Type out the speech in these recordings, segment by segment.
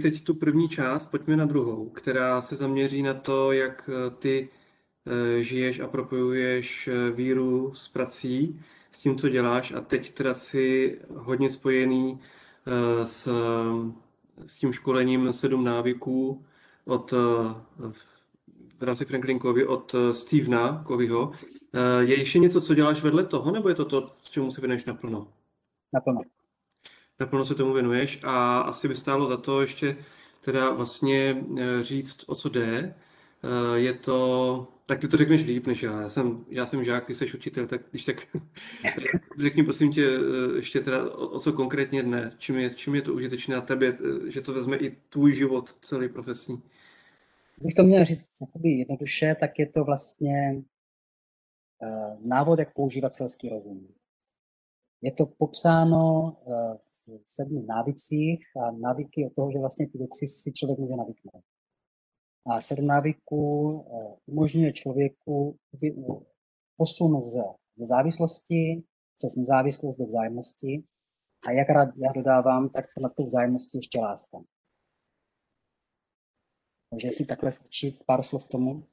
teď tu první část, pojďme na druhou, která se zaměří na to, jak ty žiješ a propojuješ víru s prací, s tím, co děláš a teď teda si hodně spojený s, s tím školením 7 návyků od, v rámci Franklin Covey od Stephena Coveyho. Je ještě něco, co děláš vedle toho, nebo je to to, čemu se věnuješ naplno? Naplno. Naplno se tomu věnuješ a asi by stálo za to ještě teda vlastně říct, o co jde. Je to, tak ty to řekneš líp než já. Já jsem žák, ty jsi učitel, tak když tak řekni prosím tě ještě teda, o co konkrétně dne, čím je to užitečné na tebe, že to vezme i tvůj život celý profesní. Kdybych to měl říct jednoduše, tak je to vlastně návod, jak používat selský rozum. Je to popsáno v 7 návicích a návyky od toho, že vlastně ty věci si člověk může navyknout. A 7 návyků umožňuje člověku posun ze závislosti přes nezávislost do vzájemnosti. A jak rád já dodávám, tak na tu vzájemnosti ještě láska. Takže si takhle stačí pár slov k tomu.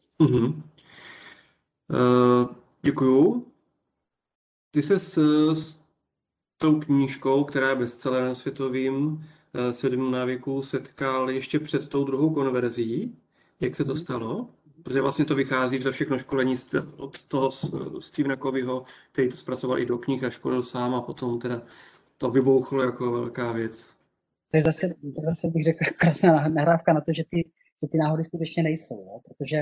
Děkuju. Ty se s tou knížkou, která je bestsellerem světovým, 7 návyků, setkal ještě před tou druhou konverzí. Jak se to stalo? Protože vlastně to vychází ze všechno školení od toho Stephena Coveyho, který to zpracoval i do knih a školil sám a potom teda to vybouchlo jako velká věc. To je zase bych řekl krásná nahrávka na to, že ty náhody skutečně nejsou, jo? Protože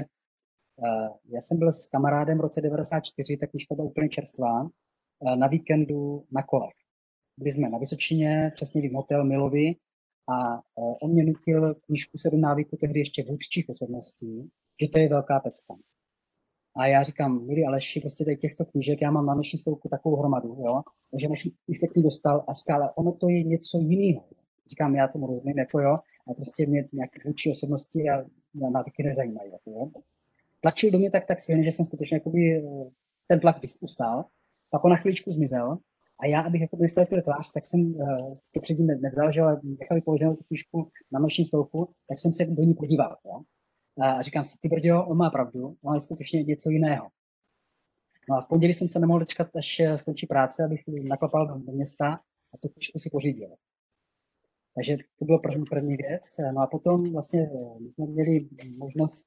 já jsem byl s kamarádem v roce 94, ta knížka byla úplně čerstvá, na víkendu na kolech. Byli jsme na Vysočině, přesně v hotel Milovi a on mě nutil knížku 7 návyků, tehdy ještě vůdčích osobností, že to je velká pecka. A já říkám, milí Aleši, prostě tady těchto knížek, já mám na noční stolku takovou hromadu, jo, takže než jste k ní dostal a říká, ale ono to je něco jiného. Říkám, já tomu rozumím, jako jo, a prostě mě nějaké vůdčí osobnosti a návyky nezajímají, jako jo. Tlačil do mě tak silně, že jsem skutečně jakoby ten tlak ustál, pak on na chvíličku zmizel a já, abych jako vystratil tvář, tak jsem to předtím nevzal, že nechali položenou tu knížku na nočním stolku, tak jsem se do ní podíval, jo. A říkám si, ty brďo, on má pravdu, on je skutečně něco jiného. No a v pondělí jsem se nemohl dočkat, až skončí práce, abych naklapal do města a tu knížku si pořídil. Takže to bylo první věc. No a potom vlastně jsme měli možnost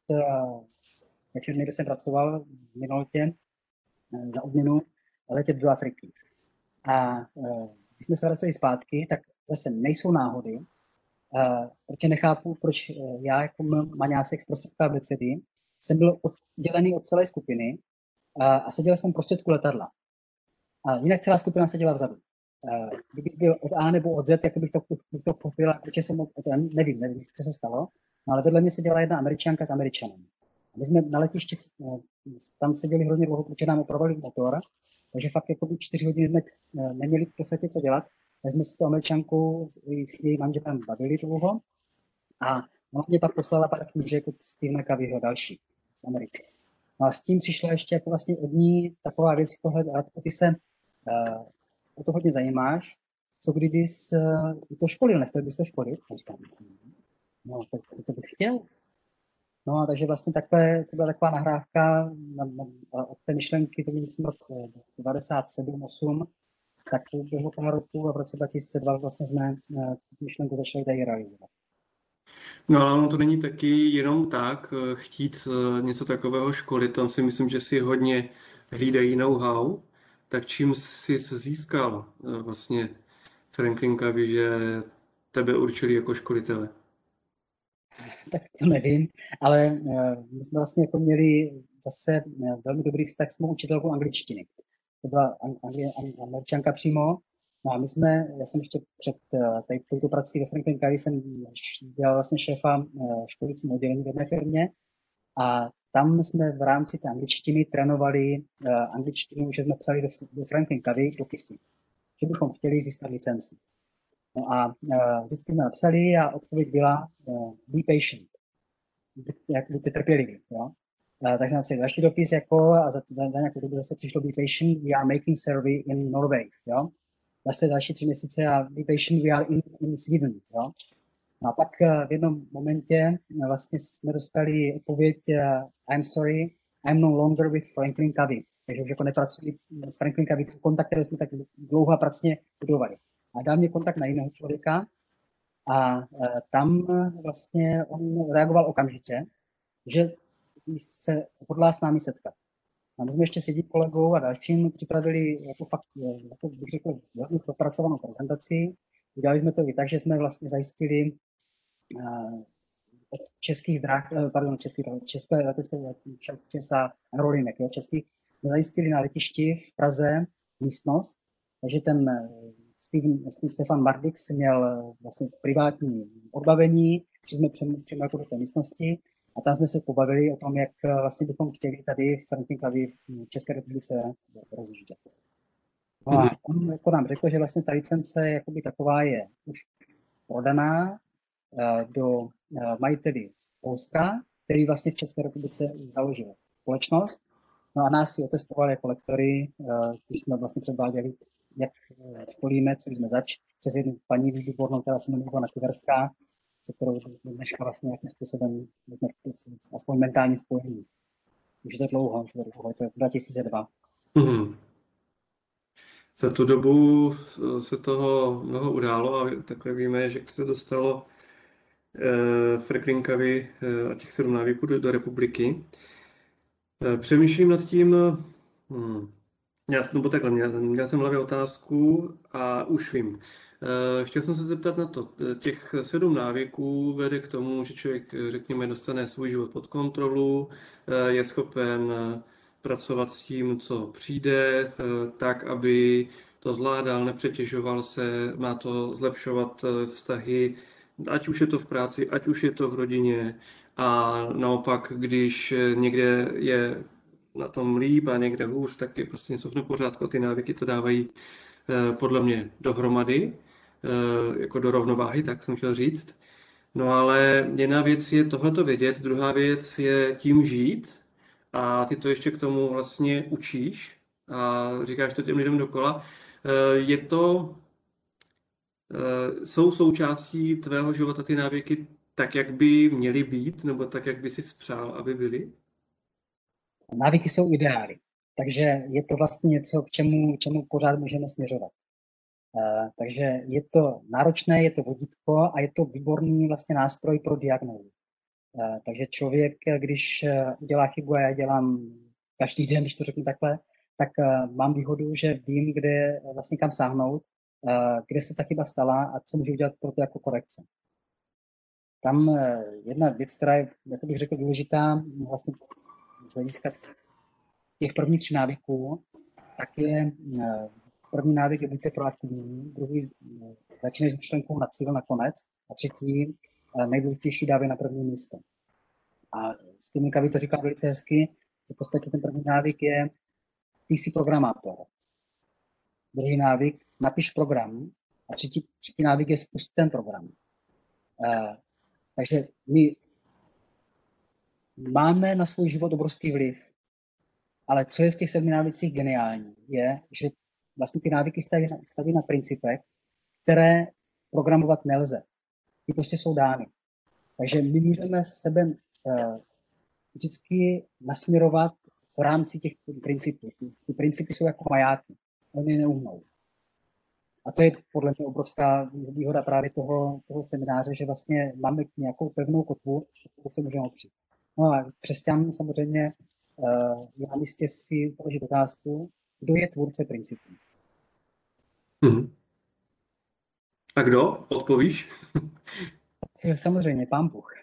ve firmě, kde jsem pracoval v minulotě za odměnu letět do Afriky. A když jsme se vraceli zpátky, tak zase nejsou náhody, protože nechápu, proč já jako maňásek z prostředka abecedy jsem byl oddělený od celé skupiny a seděl jsem prostředku letadla. A jinak celá skupina seděla vzadu. Kdybych byl od A nebo od Z, jako bych to pochopil, proč jsem od M, nevím, co se stalo, no, ale vedle mě seděla jedna Američanka s Američanem. A my jsme na letišti tam seděli hrozně dlouho, protože nám opravovali motor, takže fakt jako 4 hodiny jsme neměli v podstatě co dělat. Tak jsme si to Američanku s jejím manželem bavili dlouho a ona mě pak poslala pár knížek od Stephena Coveyho další z Ameriky. No a s tím přišla ještě jako vlastně od ní taková věc, ty se o to hodně zajímáš, co kdybys to školil, nechtěl bys to školit? A říkám, no to bych chtěl. No a takže vlastně to byla taková nahrávka od té myšlenky, to byl rok 97-8, tak to bylo pár roku a v roce 2002 vlastně jsme myšlenku začali tady realizovat. No ale ono to není taky jenom tak chtít něco takového školit, tam si myslím, že si hodně hlídají know-how, tak čím jsi získal vlastně Franklin Covey, že tebe určili jako školitele? Tak to nevím, ale my jsme vlastně jako měli zase velmi dobrý vztah s mou učitelkou angličtiny. To byla Američanka přímo. No a já jsem ještě před touto prací ve Franklin Covey jsem dělal vlastně šéfa školicím oddělení v jedné firmě a tam jsme v rámci té angličtiny trénovali angličtinu, že jsme psali do Franklin Covey dopisy, že bychom chtěli získat licenci. No a vždycky jsme napsali a odpověď byla be patient, buďte trpěliví. Jo? Tak jsme napsali další dopis jako, a za nějakou dobu zase přišlo be patient, we are making survey in Norway. Jo? Zase další 3 měsíce a be patient, we are in Sweden. Jo? No a pak v jednom momentě vlastně jsme dostali odpověď I'm sorry, I'm no longer with Franklin Covey. Takže už jako nepracuji s Franklin Covey, ten kontakt, který jsme tak dlouho a pracně budovali. A dal mě kontakt na jiného člověka a tam vlastně on reagoval okamžitě, že se hodlá s námi setkat. A my jsme ještě s jedním kolegou a dalším připravili jako fakt, jako bych řekl, velmi propracovanou prezentaci. Udělali jsme to i tak, že jsme vlastně zajistili od českých drah, pardon, české letecké a aerolinek, českých, jsme zajistili na letišti v Praze místnost, takže ten Stefan Mardix měl vlastně privátní odbavení, že jsme přímo jako do té místnosti a tam jsme se pobavili o tom, jak vlastně bychom chtěli tady v Franklin Covey v České republice rozjíždět. No a on jako nám řekl, že vlastně ta licence jakoby taková je už prodaná do majiteli z Polska, který vlastně v České republice založil společnost. No a nás si otestovali jako lektory, když jsme vlastně předváděli, jak školíme, co jsme zač, přes jednu paní výbornou, která se jmenuje Ivana Kyverská, se kterou dneška vlastně nějakým způsobem jsme aspoň mentálně spojení. Už to dlouho, to je 2002. Mm-hmm. Za tu dobu se toho mnoho událo a takhle víme, že se dostalo Franklin Covey a těch 7 návyků do republiky. Přemýšlím nad tím, měl jsem v hlavě otázku a už vím. Chtěl jsem se zeptat na to. Těch 7 návyků vede k tomu, že člověk, řekněme, dostane svůj život pod kontrolu, je schopen pracovat s tím, co přijde, tak, aby to zvládal, nepřetěžoval se, má to zlepšovat vztahy, ať už je to v práci, ať už je to v rodině. A naopak, když někde je na tom líp a někde hůř, tak je prostě něco v nepořádku. Ty návyky to dávají podle mě dohromady, jako do rovnováhy, tak jsem chtěl říct. No ale jedna věc je tohleto vědět, druhá věc je tím žít a ty to ještě k tomu vlastně učíš a říkáš to těm lidem dokola. Je to, jsou součástí tvého života ty návyky tak, jak by měly být, nebo tak, jak by si spřál, aby byly? Návyky jsou ideály, takže je to vlastně něco, k čemu pořád můžeme směřovat. Takže je to náročné, je to vodítko a je to výborný vlastně nástroj pro diagnózu. Takže člověk, když udělá chybu a já dělám každý den, když to řeknu takhle, tak mám výhodu, že vím, kde vlastně kam sáhnout, kde se ta chyba stala a co můžu udělat pro to jako korekce. Tam jedna věc, která je, jak bych řekl, důležitá vlastně z hlediska těch prvních 3 návyků, tak je první návyk je buďte proaktivní, druhý začínej s myšlenkou na cíl nakonec a třetí nejdůležitější dávej na první místo. A Stephen Covey to říká velice hezky, že v podstatě ten první návyk je ty jsi programátor. Druhý návyk, napiš program a třetí návyk je spustit ten program. Takže my máme na svůj život obrovský vliv, ale co je v těch 7 návicích geniální, je, že vlastně ty návyky staví na principech, které programovat nelze. Ty prostě jsou dány. Takže my můžeme sebe vždycky nasměrovat v rámci těch principů. Ty principy jsou jako majáky. Oni neuhnou. A to je podle mě obrovská výhoda právě toho semináře, že vlastně máme nějakou pevnou kotvu, kterou se můžeme opřít. No a křesťan samozřejmě je na místě si položit otázku, kdo je tvůrce principů. A kdo? Odpovíš? Samozřejmě, Pán Bůh.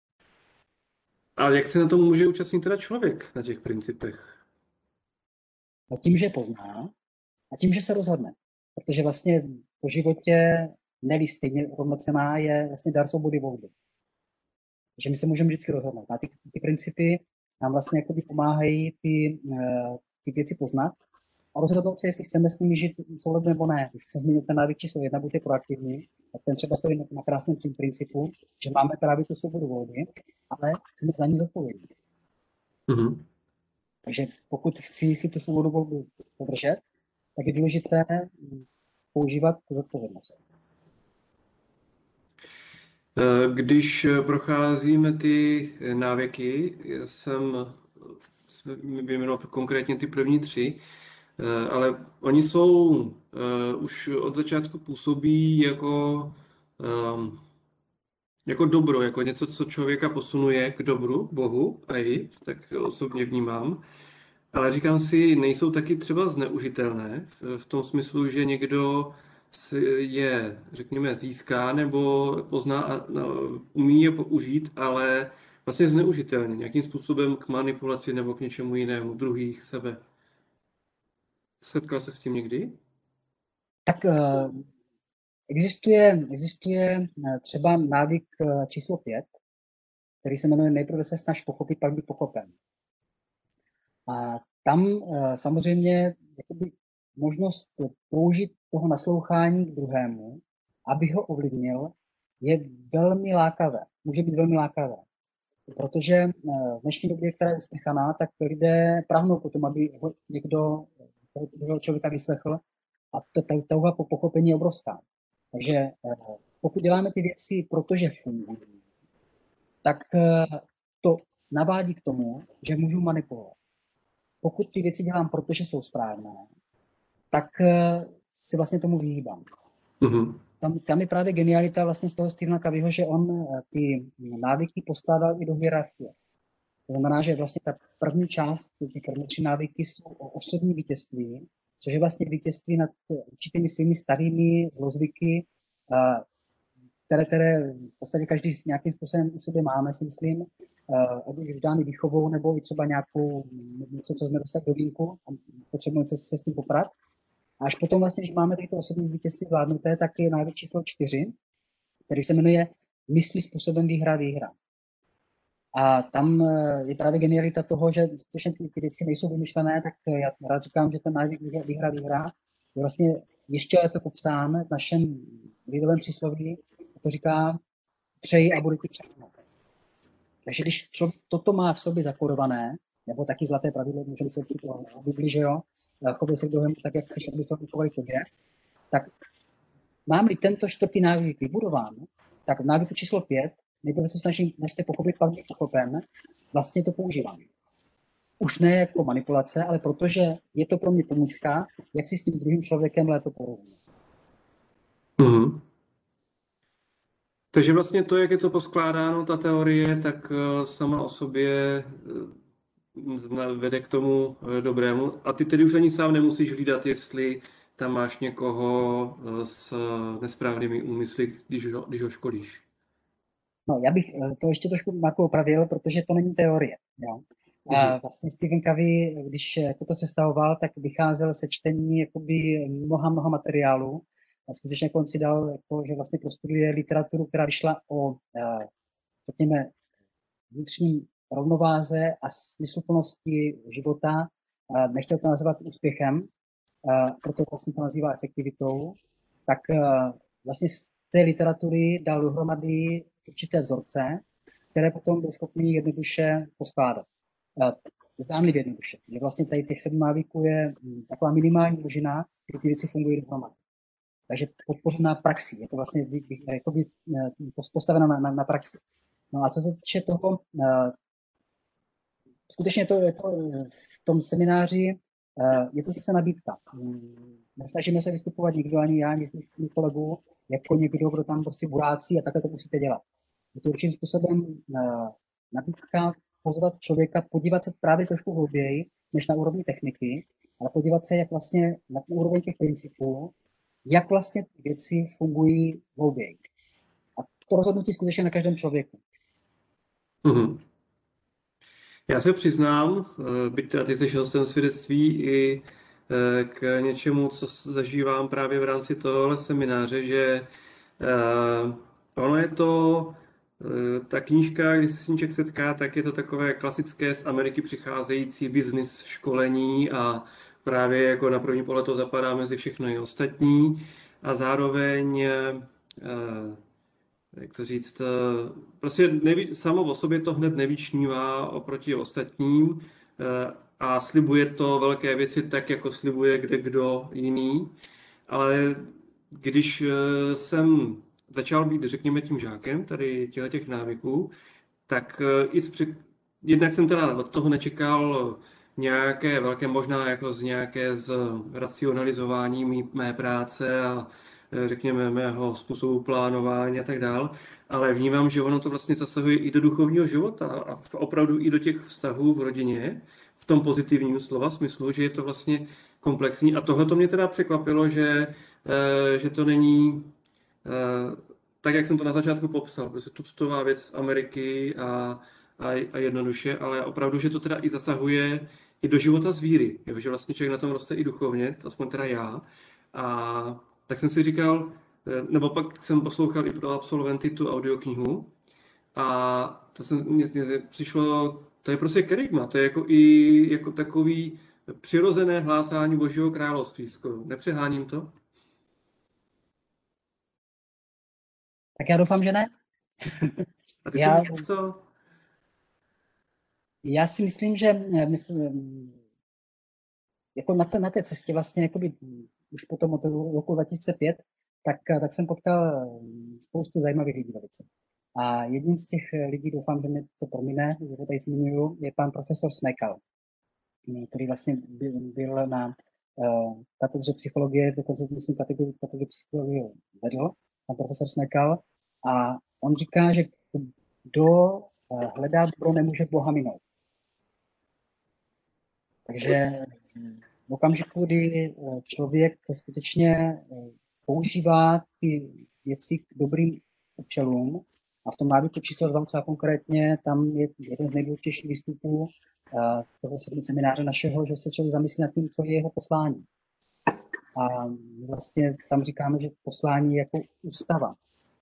A jak se na to může účastnit teda člověk na těch principech? No tím, že pozná a tím, že se rozhodne. Protože vlastně po životě neví stejně rovnocenná je vlastně dar svobody volby. Takže my se můžeme vždycky rozhodnout. A ty principy nám vlastně jakoby pomáhají ty věci poznat a rozhodnout se, jestli chceme s nimi žít v souladu nebo ne. Když se změnit ten návyk číslo 1, buďte proaktivní, tak ten třeba stojí na krásném principu, že máme právě tu svobodu volby, ale jsme za ní zodpovědní. Mm-hmm. Takže pokud chci si tu svobodu volby podržet, tak je důležité používat zodpovědnost. Když procházíme ty návyky, jsem vyjmenoval konkrétně ty první tři, ale oni jsou už od začátku působí jako dobro, jako něco, co člověka posunuje k dobru, k Bohu, a i, tak osobně vnímám. Ale říkám si, nejsou taky třeba zneužitelné v tom smyslu, že někdo si je, řekněme, získá nebo pozná a no, umí je použít, ale vlastně zneužitelně, nějakým způsobem k manipulaci nebo k něčemu jinému, druhých, sebe. Setkal se s tím někdy? Tak existuje třeba návyk číslo 5, který se jmenuje nejprve se snaž pochopit, pak být pochopen. A tam samozřejmě jakoby možnost použít toho naslouchání k druhému, aby ho ovlivnil, je velmi lákavé. Může být velmi lákavé. Protože v dnešní době, která je uspěchaná, tak lidé prahnou po tom, aby ho někdo toho člověka vyslechl, a ta touha po pochopení je obrovská. Takže pokud děláme ty věci, protože fungují, tak to navádí k tomu, že můžu manipulovat. Pokud ty věci dělám, protože jsou správné, tak si vlastně tomu vyhýbám. Mhm. Tam je právě genialita vlastně z toho Stephena Coveyho, že on ty návyky poskládal i do hierarchie. To znamená, že vlastně ta první část, ty první 3 návyky jsou o osobní vítězství, což je vlastně vítězství nad určitými svými starými zlozvyky, které v podstatě každý nějakým způsobem u sebe máme, si myslím, ať už dány výchovou, nebo i třeba něco, co jsme dostali do vínku a potřebujeme se s tím poprat. A až potom vlastně, když máme tyto osobní vítězství zvládnuté, tak je návyk číslo 4, který se jmenuje mysli způsobem výhra. A tam je právě genialita toho, že skutečně ty věci nejsou vymyšlené, tak já rád říkám, že ten návyk výhra je vlastně ještě lépe popsán v našem lidovém přísloví, to říká přeji a bude ti všechno. Takže když člověk toto má v sobě zakodované, nebo taky zlaté pravidlo, můžeme se učit o Bibli, že jo, chovej se k druhému tak, jak chceš, aby se chovali tobě, tak mám-li tento 4. návyk vybudován, tak v návyku číslo 5, nejprve se snažím, než to pochopit, pak být pochopen, vlastně to používám. Už ne jako manipulace, ale protože je to pro mě pomůcka, jak si s tím druhým člověkem lépe porozumět. Mhm. Takže vlastně to, jak je to poskládáno, ta teorie, tak sama o sobě vede k tomu dobrému. A ty tedy už ani sám nemusíš hlídat, jestli tam máš někoho s nesprávnými úmysly, když ho školíš. No, já bych to ještě trošku Marku opravil, protože to není teorie. Jo? A vlastně Stephen Covey, když to sestavoval, tak vycházel se čtení jakoby mnoha materiálů. A skutečně jako on si dal, jako, že vlastně prostuduje literaturu, která vyšla o, řekněme, vnitřní rovnováze a smysluplnosti života. Nechtěl to nazývat úspěchem, proto vlastně to nazývá efektivitou. Tak vlastně z té literatury dal dohromady určité vzorce, které potom byl schopný jednoduše poskládat. Zdánlivě jednoduše. Že vlastně tady těch 7 návyků je taková minimální množina, kdy ty věci fungují dohromady. Takže podpořená praxi. Je to vlastně jakoby postavena na praxi. No a co se týče toho, skutečně je to v tom semináři, je to zase nabídka. Nesnažíme se vystupovat nikdo, ani já, ani z mých kolegů, jako někdo, kdo tam prostě burácí a takhle to musíte dělat. Je to určitým způsobem nabídka pozvat člověka, podívat se právě trošku hlouběji, než na úrovni techniky, ale podívat se, jak vlastně na úroveň těch principů, jak vlastně ty věci fungují hlouběji. A to rozhodnutí skutečně na každém člověku. Mhm. Já se přiznám, byť teda ty jsi hostem svědectví i k něčemu, co zažívám právě v rámci tohohle semináře, že ono je to, ta knížka, když se s ní člověk setká, tak je to takové klasické z Ameriky přicházející business školení a právě jako na první pohled to zapadá mezi všechno i ostatní a zároveň jak to říct, prostě samo o sobě to hned nevyčnívá oproti ostatním a slibuje to velké věci tak, jako slibuje kde kdo jiný. Ale když jsem začal být, řekněme, tím žákem tady těch návyků, tak jednak jsem teda od toho nečekal nějaké velké, možná jako z nějaké z racionalizování mé práce a řekněme mého způsobu plánování a tak dál, ale vnímám, že ono to vlastně zasahuje i do duchovního života a opravdu i do těch vztahů v rodině, v tom pozitivním slova smyslu, že je to vlastně komplexní. A tohle to mě teda překvapilo, že to není tak, jak jsem to na začátku popsal, prostě tuctová věc z Ameriky a jednoduše, ale opravdu, že to teda i zasahuje i do života z víry, jo, že vlastně člověk na tom roste i duchovně, aspoň teda já. A tak jsem si říkal, nebo pak jsem poslouchal i pro absolventy tu audioknihu a mně přišlo, to je prostě kerygma, to je jako i jako takový přirozené hlásání Božího království skoro. Nepřeháním to? Tak já doufám, že ne. A ty si Já, myslíš, co? já si myslím, že jako na té cestě vlastně jakoby, už potom od roku 2005, tak jsem potkal spoustu zajímavých lidí velice. A jedním z těch lidí, doufám, že mě to promine, že to tady zmiňuju, je pan profesor Smekal, který vlastně byl na katedře psychologie, dokonce myslím katedře psychologie vedl, pan profesor Smekal. A on říká, že kdo hledá dobro, nemůže Boha minout. Takže v okamžiku, kdy člověk skutečně používá ty věci k dobrým účelům, a v tom návyku číslo 2 třeba konkrétně, tam je jeden z nejdůležitějších výstupů toho semináře našeho, že se člověk zamyslí nad tím, co je jeho poslání. A vlastně tam říkáme, že poslání je jako ústava.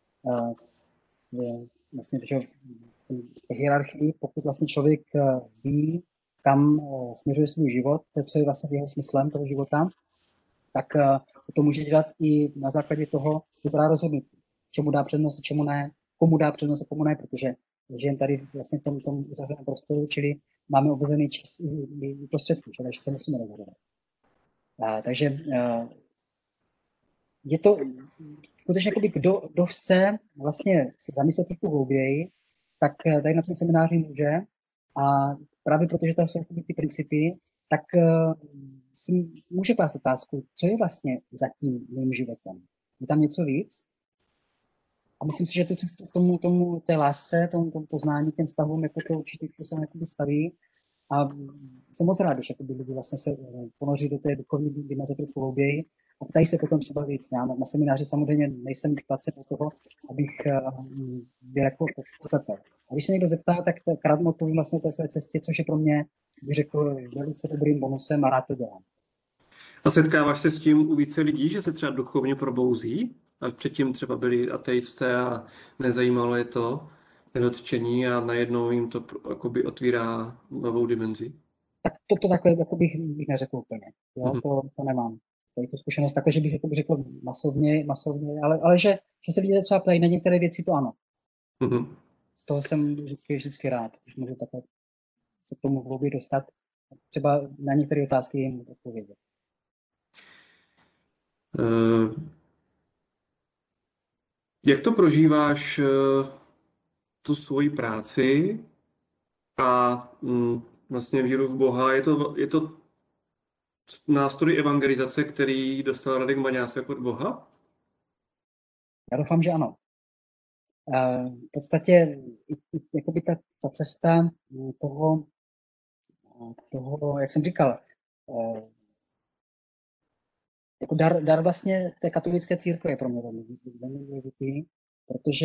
Vlastně v hierarchii, pokud vlastně člověk ví, kam směřuje svůj život, to, co je vlastně jeho smyslem toho života, tak to může dělat i na základě toho dobrá rozhodnutí. Čemu dá přednost, čemu ne, komu dá přednost a komu ne, protože žijeme tady vlastně v tom uzavřeném prostoru, čili máme omezený čas i prostředky, takže se musíme rozhodovat. Takže je to skutečně, kdo chce vlastně se zamyslet trošku hlouběji, tak tady na tom semináři může. A právě protože tam jsou ty principy, tak si může klást otázku, co je vlastně za tím mým životem. Je tam něco víc? A myslím si, že tu cestu k tomu té lásce, tomu poznání, těm stavům, jako to určitě způsobem staví. A jsem moc rád, že lidi vlastně se ponoří do té duchovní dimenze trochu hlouběji a ptají se potom třeba víc. Já na semináři samozřejmě nejsem placen od toho, abych byl jako pozatel. A když se někdo zeptá, tak krátce odpovím vlastně té své cestě, což je pro mě, bych řekl, velice dobrým bonusem a rád to dělám. A setkáváš se s tím u více lidí, že se třeba duchovně probouzí? A předtím třeba byli ateisté a nezajímalo je to nedotčení a najednou jim to jakoby otvírá novou dimenzi. Tak to takhle jako bych neřekl úplně. Jo? To nemám. To je to zkušenost takhle, že bych jako řekl masovně, ale že se lidé třeba ptají na některé věci, to ano. Z toho jsem vždycky rád, když můžu takhle se k tomu hlouběji dostat. Třeba na některé otázky jim odpovědět. Jak to prožíváš tu svoji práci a vlastně víru v Boha? Je to nástroj evangelizace, který dostal Radek Maňásek od Boha? Já doufám, že ano. V podstatě jakoby ta cesta toho, jak jsem říkal, jako dar vlastně té katolické církve je pro mě velmi důležitý, protože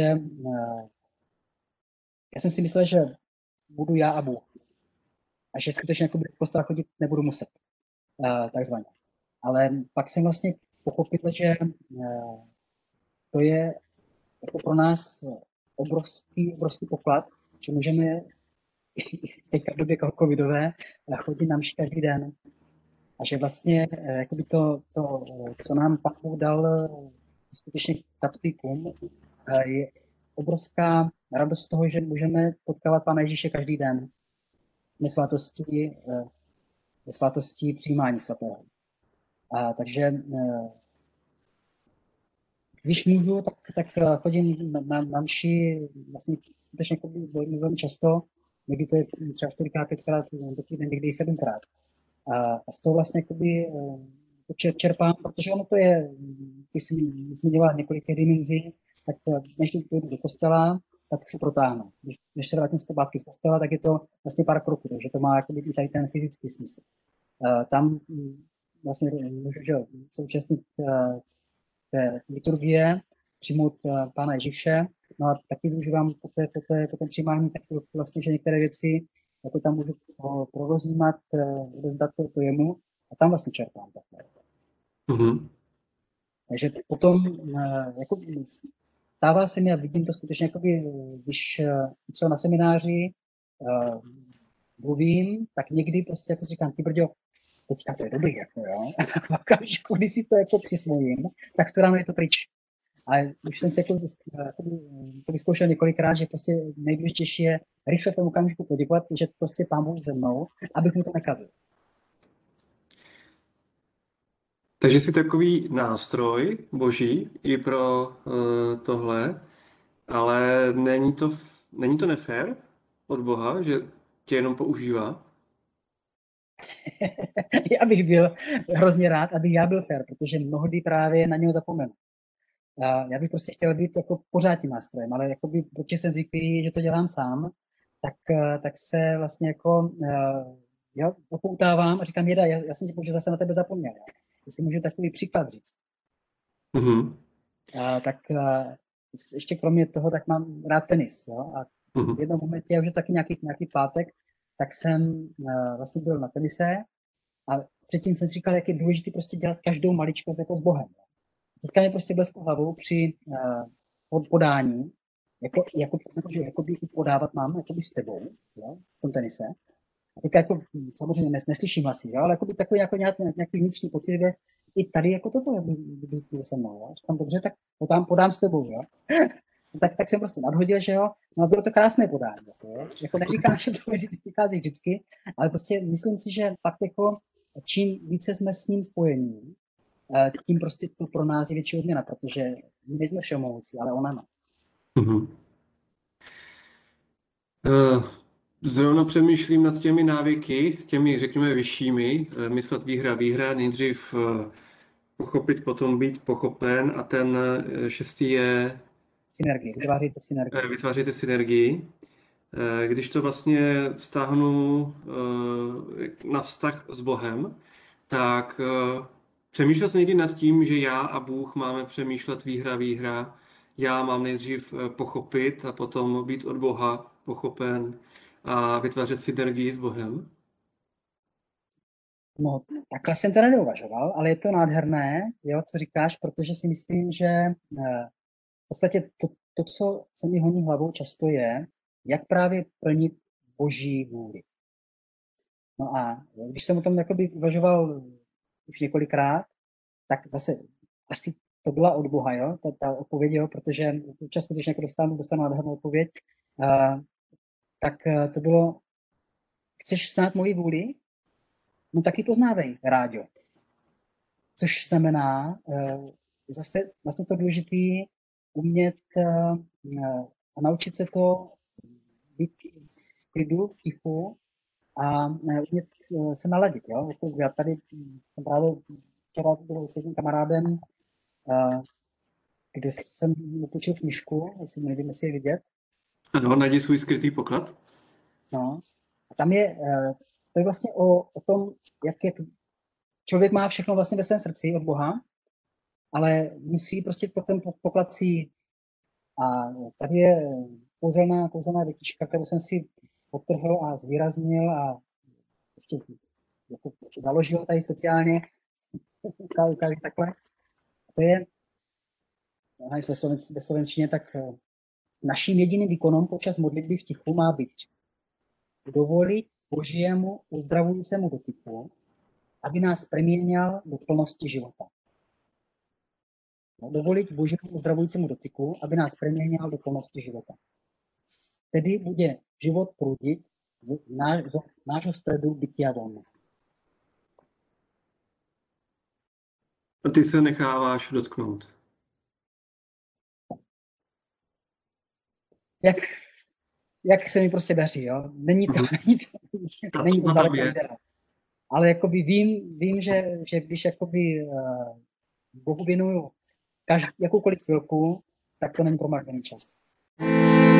já jsem si myslel, že budu já a Bůh. A že skutečně jako v kostela chodit nebudu muset, takzvaně. Ale pak jsem vlastně pochopil, že to je jako pro nás obrovský poklad, že můžeme teďka v době covidové chodit na mši každý den. A že vlastně jakoby to, co nám Pán Bůh dal skutečně katolíkům, je obrovská radost z toho, že můžeme potkávat Pána Ježíše každý den ve svatosti přijímání svatého. Takže Když můžu, tak chodím na mši vlastně skutečně velmi často, někdy to je třeba 4x, 5x do týdne, někdy i 7x. A z toho vlastně čerpám, protože ono to je, když jsi zmiňoval několik těch dimenzí, tak než jdu do kostela, tak se protáhnu. Když se vrátím zpátky z kostela, tak je to vlastně pár kroků, takže to má i tady ten fyzický smysl. Tam vlastně můžu se účastnit té liturgie, přijmout Pána Ježíše, no a taky využívám po tom přijímání tak vlastně, že některé věci jako tam můžu prorozímat, odezdat to jemu a tam vlastně čerpám takhle. Mhm. Takže potom jako stává se mi a vidím to skutečně, jakoby, když třeba na semináři mluvím, tak někdy prostě jako říkám, ty brďo, teďka to je dobrý, jako jo, a okamžiku, když si to jako přisvojím, tak v tu ráno je to pryč. Ale už jsem se jako to vyzkoušel několikrát, že prostě nejdůležitější je rychle v tom okamžiku poděkovat, že prostě Pán Bůh se mnou, abych mu to nekazil. Takže jsi takový nástroj boží i pro tohle, ale není to nefér od Boha, že tě jenom používá? Já bych byl hrozně rád, aby já byl fér, protože mnohdy právě na něho zapomenu. Já bych prostě chtěl být jako pořád tím nástrojem, ale jakoby, protože jsem zvyklý, že to dělám sám, tak se vlastně jako já opoutávám a říkám, já jsem si že zase na tebe zapomněl. Jestli můžu takový příklad říct. Mhm. Tak ještě kromě toho, tak mám rád tenis. Jo? A v jednom momentě, už je taky nějaký pátek, tak jsem vlastně byl na tenise a předtím jsem si říkal, jak je důležité prostě dělat každou maličkost jako s Bohem. Teďka mě prostě blesklo hlavou při podání, jako by podávat mám jako by s tebou, jo, v tom tenise. A teďka jako, samozřejmě neslyším hlasy, jo, ale jako by takový jako nějaký vnitřní pocit, že i tady jako toto by bylo se mnou. Jo. Říkám, dobře, tak podám s tebou. Jo. tak jsem prostě nadhodil, že jo. No a bylo to krásné podání. Jako neříkám, že to vychází vždycky, ale prostě myslím si, že fakt jako čím více jsme s ním spojení, tím prostě to pro nás je větší odměna, protože my nejsme všemohoucí, ale ona má. Mhm. Zrovna přemýšlím nad těmi návyky, těmi, řekněme, vyššími, myslet výhra, nejdřív pochopit, potom být pochopen a ten šestý je Synergii, vytváříte synergii. Když to vlastně vztáhnu na vztah s Bohem, tak přemýšlel jsem někdy nad tím, že já a Bůh máme přemýšlet výhra. Já mám nejdřív pochopit a potom být od Boha pochopen a vytvářet synergii s Bohem. No, takhle jsem to neuvažoval, ale je to nádherné, jo, co říkáš, protože si myslím, že v podstatě to, co se mi honí hlavou často je, jak právě plnit Boží vůli. No a když jsem o tom jakoby uvažoval už několikrát, tak zase asi to byla od Boha, jo, ta odpověď, jo, protože občas skutečně jako dostanu nádhernou odpověď, tak to bylo, chceš znát moji vůli? No taky poznávej, Ráďo. Což znamená zase vlastně to důležitý umět a naučit se to být v klidu, v tichu a umět se naladit. Jo? Já tady jsem právě včera byl s jedním kamarádem, kde jsem mu půjčil knížku, nevím, jestli je vidět. Ano, najdi svůj skrytý poklad. No. A tam je, to je vlastně o tom, jak člověk má všechno vlastně ve svém srdci od Boha, ale musí prostě po ten poklad si. A tady je kouzelná větička, kterou jsem si podtrhl a zvýraznil a ještě jako založil tady speciálně. Ukážu takhle. A to je, ve slovenštině, tak naším jediným výkonem počas modlitby v tichu má být dovolit Božiemu uzdravujícemu dotyku, aby nás premienial do plnosti života. Dovolit Božiemu uzdravujícemu dotyku, aby nás premienial do plnosti života. Tedy bude život prudit z nášho středu bytia von. A ty se necháváš dotknout. jak se mi prostě daří, jo. Není to Ta není to touha tam zdaleka je. ideál. Ale jakoby vím, že když jakoby Bohu věnuju jakoukoliv chvilku, tak to není promarněný čas.